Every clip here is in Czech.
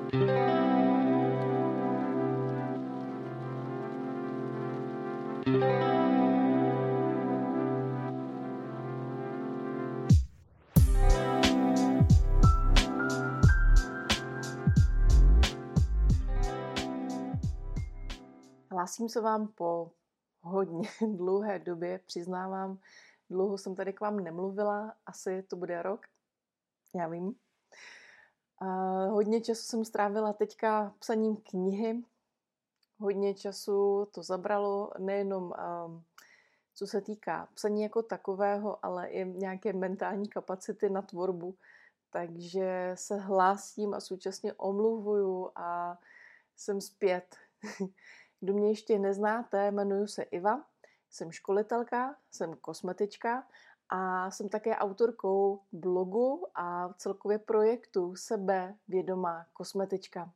Hlásím se vám po hodně dlouhé době, přiznávám. Dlouho jsem tady k vám nemluvila, asi to bude rok, já vím. Hodně času jsem strávila teďka psaním knihy. Hodně času to zabralo, nejenom co se týká psaní jako takového, ale i nějaké mentální kapacity na tvorbu. Takže se hlásím a současně omluvuju a jsem zpět. Kdo mě ještě neznáte, jmenuji se Iva, jsem školitelka, jsem kosmetička a jsem také autorkou blogu a celkově projektu Sebevědomá kosmetička.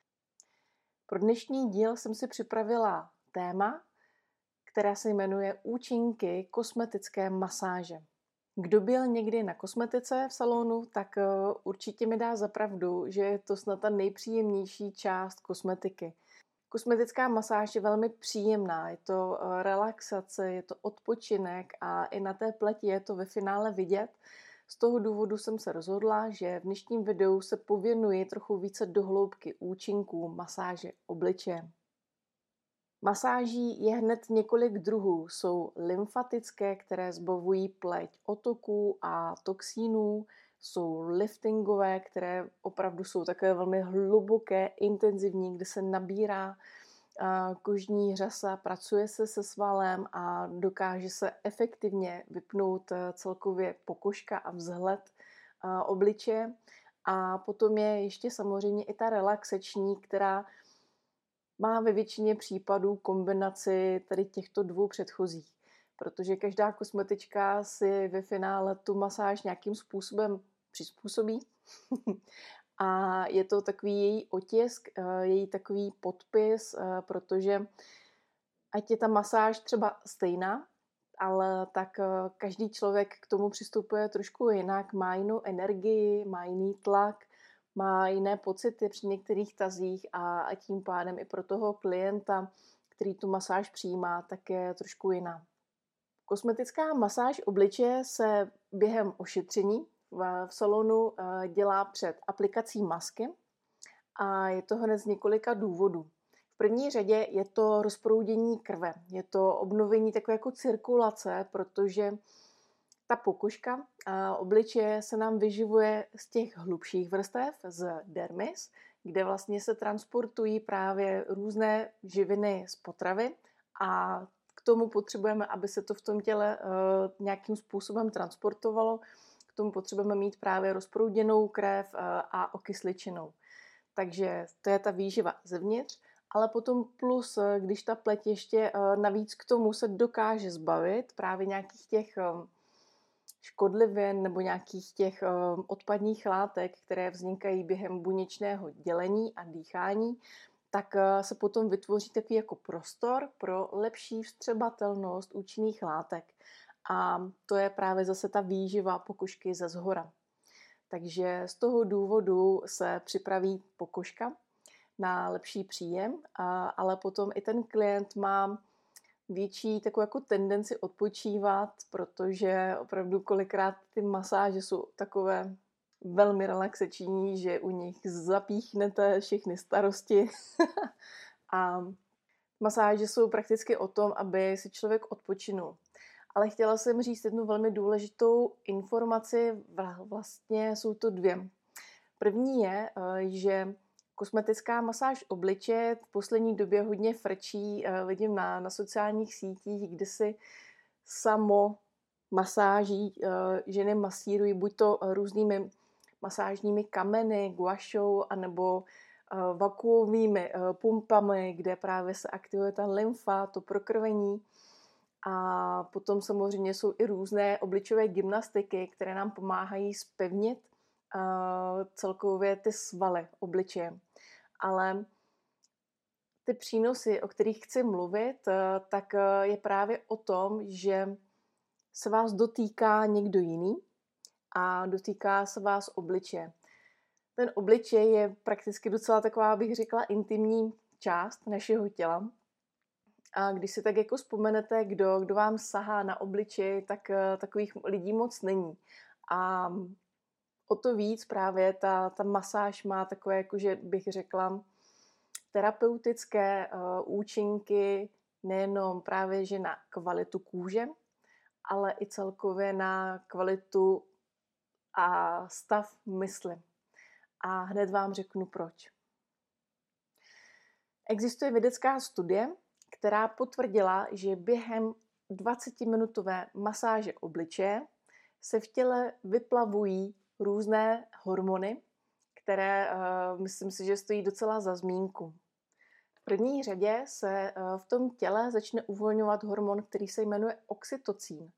Pro dnešní díl jsem si připravila téma, které se jmenuje Účinky kosmetické masáže. Kdo byl někdy na kosmetice v salonu, tak určitě mi dá za pravdu, že je to snad ta nejpříjemnější část kosmetiky. Kosmetická masáž je velmi příjemná, je to relaxace, je to odpočinek a i na té pleti je to ve finále vidět. Z toho důvodu jsem se rozhodla, že v dnešním videu se pověnuji trochu více do hloubky účinků masáže obličeje. Masáží je hned několik druhů. Jsou lymfatické, které zbavují pleť otoků a toxínů, jsou liftingové, které opravdu jsou takové velmi hluboké, intenzivní, kde se nabírá kožní řasa, pracuje se se svalem a dokáže se efektivně vypnout celkově pokožka a vzhled obličeje. A potom je ještě samozřejmě i ta relaxační, která má ve většině případů kombinaci tady těchto dvou předchozích, protože každá kosmetička si ve finále tu masáž nějakým způsobem přizpůsobí a je to takový její otisk, její takový podpis, protože ať je ta masáž třeba stejná, ale tak každý člověk k tomu přistupuje trošku jinak, má jinou energii, má jiný tlak, má jiné pocity při některých tazích a tím pádem i pro toho klienta, který tu masáž přijímá, tak je trošku jiná. Kosmetická masáž obličeje se během ošetření v salonu dělá před aplikací masky a je to hned z několika důvodů. V první řadě je to rozproudění krve, je to obnovení takové jako cirkulace, protože ta pokožka obličeje se nám vyživuje z těch hlubších vrstev, z dermis, kde vlastně se transportují právě různé živiny z potravy a k tomu potřebujeme, aby se to v tom těle nějakým způsobem transportovalo, k tomu potřebujeme mít právě rozprouděnou krev a okysličenou. Takže to je ta výživa zevnitř, ale potom plus, když ta pleť ještě navíc k tomu se dokáže zbavit právě nějakých těch škodlivin nebo nějakých těch odpadních látek, které vznikají během buněčného dělení a dýchání, tak se potom vytvoří takový jako prostor pro lepší vstřebatelnost účinných látek. A to je právě zase ta výživa pokožky ze zhora. Takže z toho důvodu se připraví pokožka na lepší příjem, ale potom i ten klient má větší takovou jako tendenci odpočívat, protože opravdu kolikrát ty masáže jsou takové velmi relaxační, že u nich zapíchnete všechny starosti. A masáže jsou prakticky o tom, aby si člověk odpočinul. Ale chtěla jsem říct jednu velmi důležitou informaci, vlastně jsou to dvě. První je, že kosmetická masáž obličeje v poslední době hodně frčí, vidím na sociálních sítích, kde si samo masáží ženy masírují buď to různými masážními kameny, guašou, anebo vakuovými pumpami, kde právě se aktivuje ta lymfa, to prokrvení. A potom samozřejmě jsou i různé obličové gymnastiky, které nám pomáhají zpevnit celkově ty svaly obličeje. Ale ty přínosy, o kterých chci mluvit, tak je právě o tom, že se vás dotýká někdo jiný a dotýká se vás obličeje. Ten obličej je prakticky docela taková, bych řekla, intimní část našeho těla. A když si tak jako vzpomenete, kdo vám sahá na obličej, tak takových lidí moc není. A o to víc právě ta masáž má takové, jakože bych řekla, terapeutické účinky nejenom právě že na kvalitu kůže, ale i celkově na kvalitu a stav mysli. A hned vám řeknu proč. Existuje vědecká studie, která potvrdila, že během 20-minutové masáže obličeje se v těle vyplavují různé hormony, které myslím si, že stojí docela za zmínku. V první řadě se v tom těle začne uvolňovat hormon, který se jmenuje oxytocín.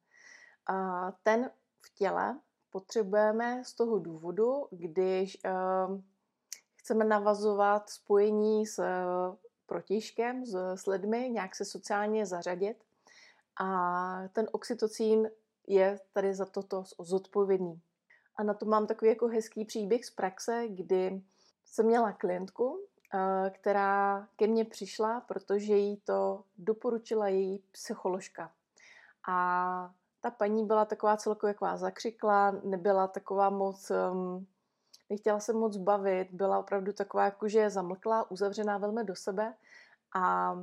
Ten v těle potřebujeme z toho důvodu, když chceme navazovat spojení s protějškem, s lidmi, nějak se sociálně zařadit. A ten oxytocín je tady za toto zodpovědný. A na to mám takový jako hezký příběh z praxe, kdy jsem měla klientku, která ke mně přišla, protože jí to doporučila její psycholožka. A ta paní byla taková celkově zakřiklá, nebyla taková moc, nechtěla se moc bavit, byla opravdu taková jakože zamlklá, uzavřená velmi do sebe. A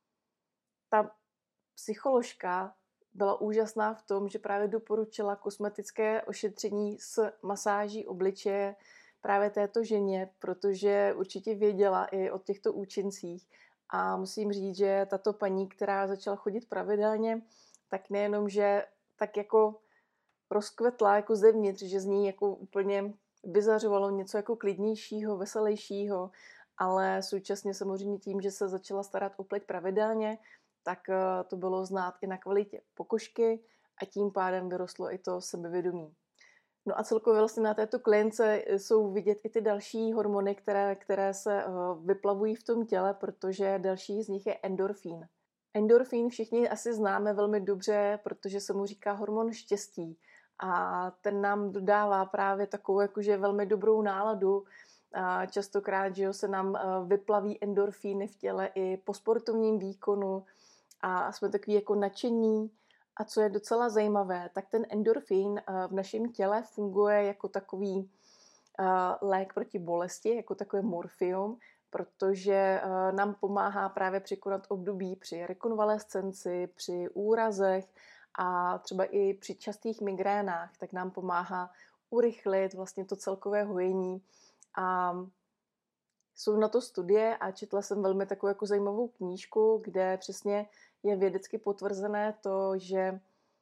ta psycholožka byla úžasná v tom, že právě doporučila kosmetické ošetření s masáží obličeje právě této ženě, protože určitě věděla i o těchto účincích. A musím říct, že tato paní, která začala chodit pravidelně, tak nejenom, že tak jako rozkvetla jako zevnitř, že z ní jako úplně vyzařovalo něco jako klidnějšího, veselějšího, ale současně samozřejmě tím, že se začala starat o pleť pravidelně, tak to bylo znát i na kvalitě pokožky a tím pádem vyrostlo i to sebevědomí. No a celkově vlastně na této klientce jsou vidět i ty další hormony, které se vyplavují v tom těle, protože další z nich je endorfín. Endorfín všichni asi známe velmi dobře, protože se mu říká hormon štěstí. A ten nám dodává právě takovou jakože velmi dobrou náladu. A častokrát, že se nám vyplaví endorfíny v těle i po sportovním výkonu a jsme takový jako nadšení. A co je docela zajímavé, tak ten endorfín v našem těle funguje jako takový lék proti bolesti, jako takové morfium, protože nám pomáhá právě překonat období při rekonvalescenci, při úrazech a třeba i při častých migrénách, tak nám pomáhá urychlit vlastně to celkové hojení. A jsou na to studie a četla jsem velmi takovou jako zajímavou knížku, kde přesně je vědecky potvrzené to, že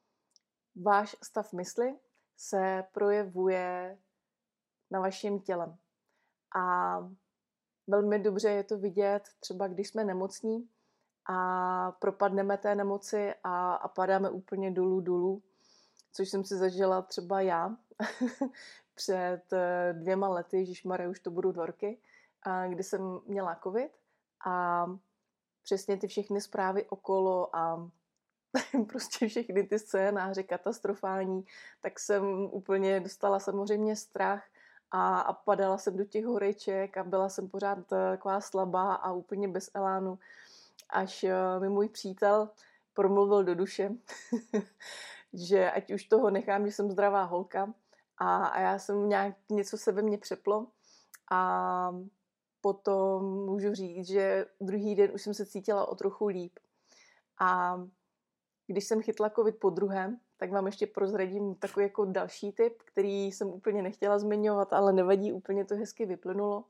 váš stav mysli se projevuje na vašem těle. A velmi dobře je to vidět třeba, když jsme nemocní a propadneme té nemoci a padáme úplně dolů, což jsem si zažila třeba já před 2 lety, ježišmarja, už to budou 2 roky, kdy jsem měla covid a přesně ty všechny zprávy okolo a prostě všechny ty scénáře katastrofální, tak jsem úplně dostala samozřejmě strach a padala jsem do těch horeček a byla jsem pořád taková slabá a úplně bez elánu, až mi můj přítel promluvil do duše, že ať už toho nechám, že jsem zdravá holka a já jsem nějak, něco se ve mně přeplo a potom můžu říct, že druhý den už jsem se cítila o trochu líp. A když jsem chytla covid po druhém, tak vám ještě prozradím takový jako další tip, který jsem úplně nechtěla zmiňovat, ale nevadí, úplně to hezky vyplynulo.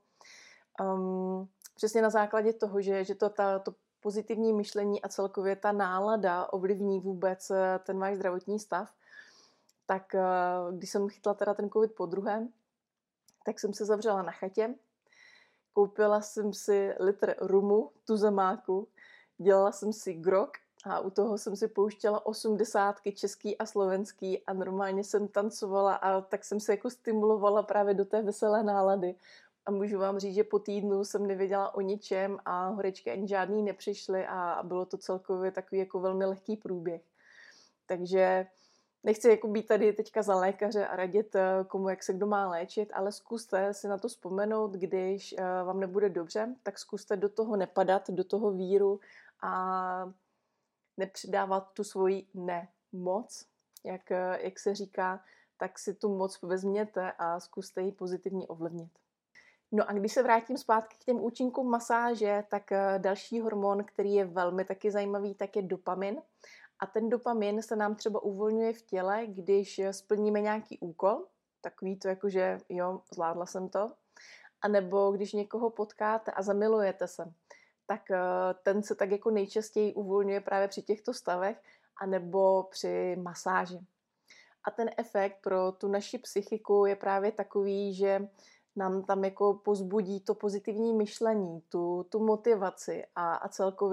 Přesně na základě toho, že to pozitivní myšlení a celkově ta nálada ovlivní vůbec ten váš zdravotní stav, tak když jsem chytla teda ten covid po druhém, tak jsem se zavřela na chatě, koupila jsem si litr rumu, tuzemáku, dělala jsem si grog a u toho jsem si pouštěla 80 český a slovenský a normálně jsem tancovala a tak jsem se jako stimulovala právě do té veselé nálady. A můžu vám říct, že po týdnu jsem nevěděla o ničem a horečky ani žádný nepřišly a bylo to celkově takový jako velmi lehký průběh. Takže Nechci jako být tady teďka za lékaře a radit komu, jak se kdo má léčit, ale zkuste si na to vzpomenout, když vám nebude dobře, tak zkuste do toho nepadat, do toho víru a nepřidávat tu svoji nemoc, jak se říká, tak si tu moc vezměte a zkuste ji pozitivně ovlivnit. No a když se vrátím zpátky k těm účinkům masáže, tak další hormon, který je velmi taky zajímavý, tak je dopamin. A ten dopamin se nám třeba uvolňuje v těle, když splníme nějaký úkol, takový to jako, že jo, zvládla jsem to, a nebo když někoho potkáte a zamilujete se, tak ten se tak jako nejčastěji uvolňuje právě při těchto stavech, anebo při masáži. A ten efekt pro tu naši psychiku je právě takový, že nám tam jako pozbudí to pozitivní myšlení, tu motivaci a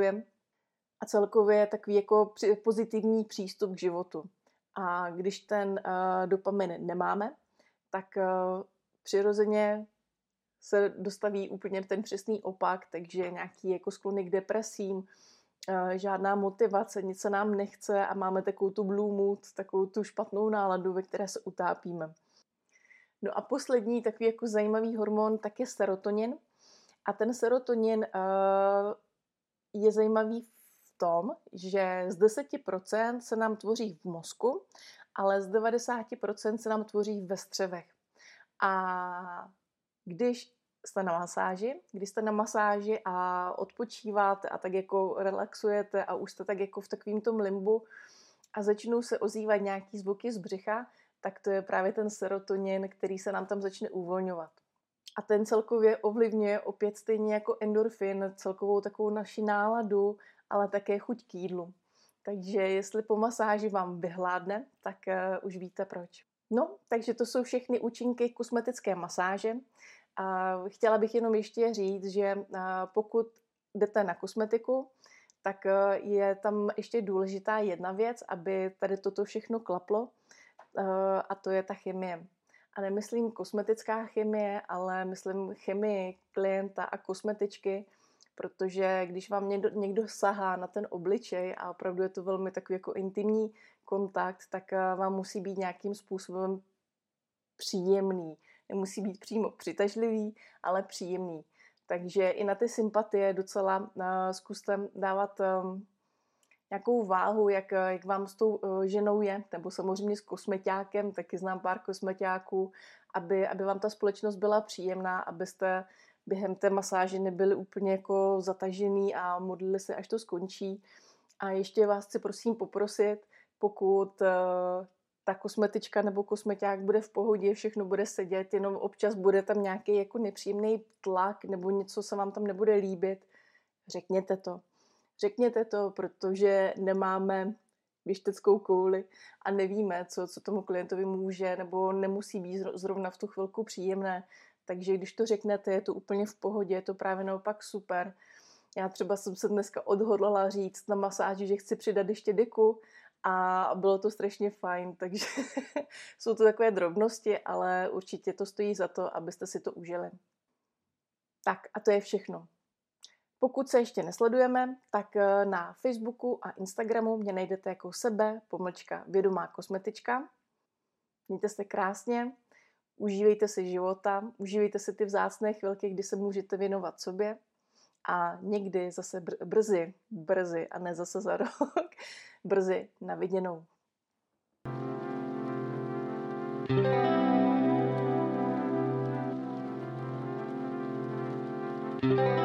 celkově takový jako pozitivní přístup k životu. A když ten dopamin nemáme, tak přirozeně se dostaví úplně ten přesný opak, takže nějaký jako sklony k depresím, žádná motivace, nic se nám nechce a máme takovou tu blue mood, takovou tu špatnou náladu, ve které se utápíme. No a poslední takový jako zajímavý hormon tak je serotonin. A ten serotonin je zajímavý v tom, že z 10% se nám tvoří v mozku, ale z 90% se nám tvoří ve střevech. A když jste na masáži a odpočíváte a tak jako relaxujete a už jste tak jako v takovým tom limbu a začnou se ozývat nějaký zvuky z břicha, tak to je právě ten serotonin, který se nám tam začne uvolňovat. A ten celkově ovlivňuje opět stejně jako endorfin celkovou takovou naši náladu, ale také chuť k jídlu. Takže jestli po masáži vám vyhládne, tak už víte proč. No, takže to jsou všechny účinky kosmetické masáže. A chtěla bych jenom ještě říct, že pokud jdete na kosmetiku, tak je tam ještě důležitá jedna věc, aby tady toto všechno klaplo, a to je ta chemie. A nemyslím kosmetická chemie, ale myslím chemii klienta a kosmetičky, protože když vám někdo sahá na ten obličej a opravdu je to velmi takový jako intimní kontakt, tak vám musí být nějakým způsobem příjemný. Nemusí být přímo přitažlivý, ale příjemný. Takže i na ty sympatie docela zkuste dávat nějakou váhu, jak vám s tou ženou je, nebo samozřejmě s kosmeťákem, taky znám pár kosmeťáků, aby vám ta společnost byla příjemná, abyste během té masáže nebyli úplně jako zatažený a modlili se, až to skončí. A ještě vás chci prosím poprosit, pokud ta kosmetička nebo kosmeťák bude v pohodě, všechno bude sedět, jenom občas bude tam nějaký jako nepříjemný tlak nebo něco se vám tam nebude líbit, řekněte to. Řekněte to, protože nemáme věšteckou kouli a nevíme, co tomu klientovi může nebo nemusí být zrovna v tu chvilku příjemné. Takže když to řeknete, je to úplně v pohodě, je to právě naopak super. Já třeba jsem se dneska odhodlala říct na masáži, že chci přidat ještě deku a bylo to strašně fajn, takže jsou to takové drobnosti, ale určitě to stojí za to, abyste si to užili. Tak a to je všechno. Pokud se ještě nesledujeme, tak na Facebooku a Instagramu mě najdete jako vědomá kosmetička. Mějte se krásně, užívejte si života, užívejte si ty vzácné chvilky, kdy se můžete věnovat sobě a někdy zase brzy a ne zase za rok, brzy na viděnou. thank you